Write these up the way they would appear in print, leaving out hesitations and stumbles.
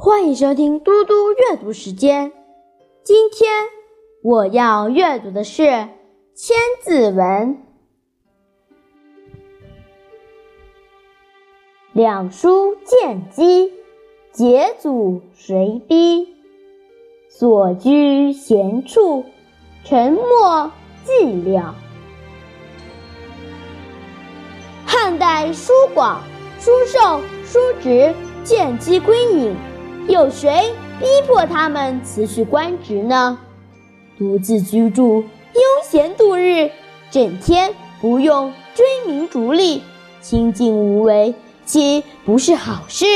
欢迎收听嘟嘟阅读时间。今天我要阅读的是《千字文》。两书见机，节祖随堤。所居闲处，沉默寂寥。汉代书广、书受、书职见机归隐，有谁逼迫他们辞去官职呢？独自居住，悠闲度日，整天不用追名逐利，清静无为，岂不是好事？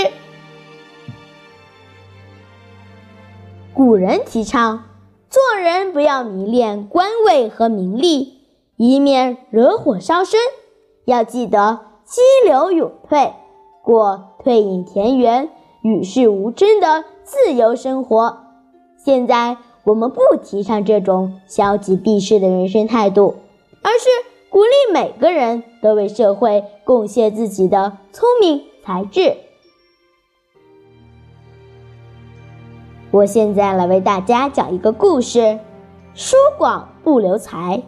古人提倡做人不要迷恋官位和名利，以免惹火烧身，要记得激流勇退，过退隐田园、与世无争的自由生活。现在我们不提倡这种消极避世的人生态度，而是鼓励每个人都为社会贡献自己的聪明才智。我现在来为大家讲一个故事：书广不留才。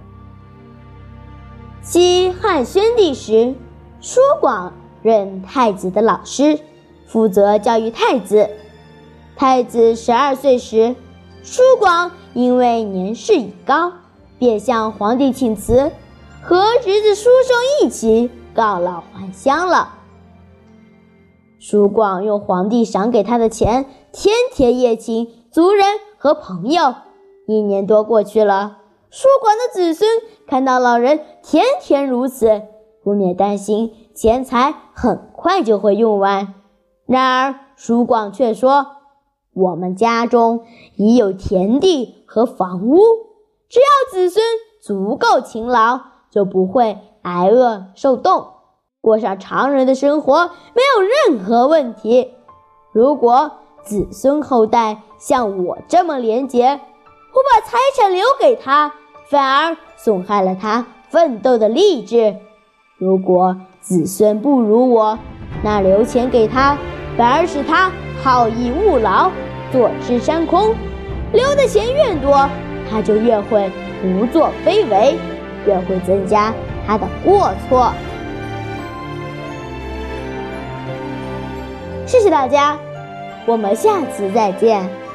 西汉宣帝时，书广任太子的老师，负责教育太子。太子12岁时，书广因为年事已高，便向皇帝请辞，和侄子书受一起告老还乡了。书广用皇帝赏给他的钱，天天夜请族人和朋友。1年多过去了，书广的子孙看到老人天天如此，不免担心钱财很快就会用完。然而书广却说，我们家中已有田地和房屋，只要子孙足够勤劳，就不会挨饿受冻，过上常人的生活，没有任何问题。如果子孙后代像我这么廉洁，我把财产留给他，反而损害了他奋斗的励志。如果子孙不如我，那留钱给他，反而使他好逸恶劳，坐吃山空。留的钱越多，他就越会胡作非为，越会增加他的过错。谢谢大家，我们下次再见。